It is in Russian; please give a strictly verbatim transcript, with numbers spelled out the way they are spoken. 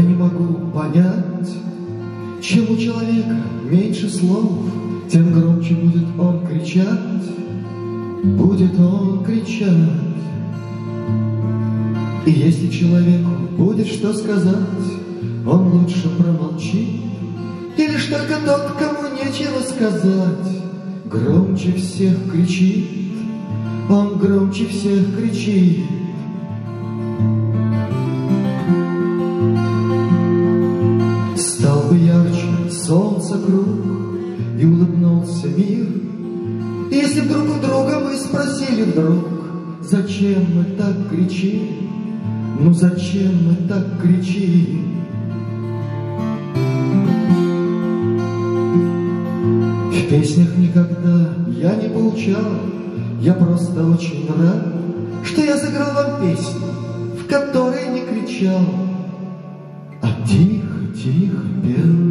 не могу понять, чем у человека меньше слов, тем громче будет он кричать, будет он кричать. И если человеку будет что сказать, он лучше промолчит, и лишь только тот, кому нечего сказать, громче всех кричит, он громче всех кричит. Стал бы ярче солнце круг, и улыбнулся мир, если б друг у друга мы спросили вдруг, зачем мы так кричим, ну зачем мы так кричим? В песнях никогда я не поучал, я просто очень рад, что я сыграл вам песню, в которой не кричал, а тихо, тихо пел.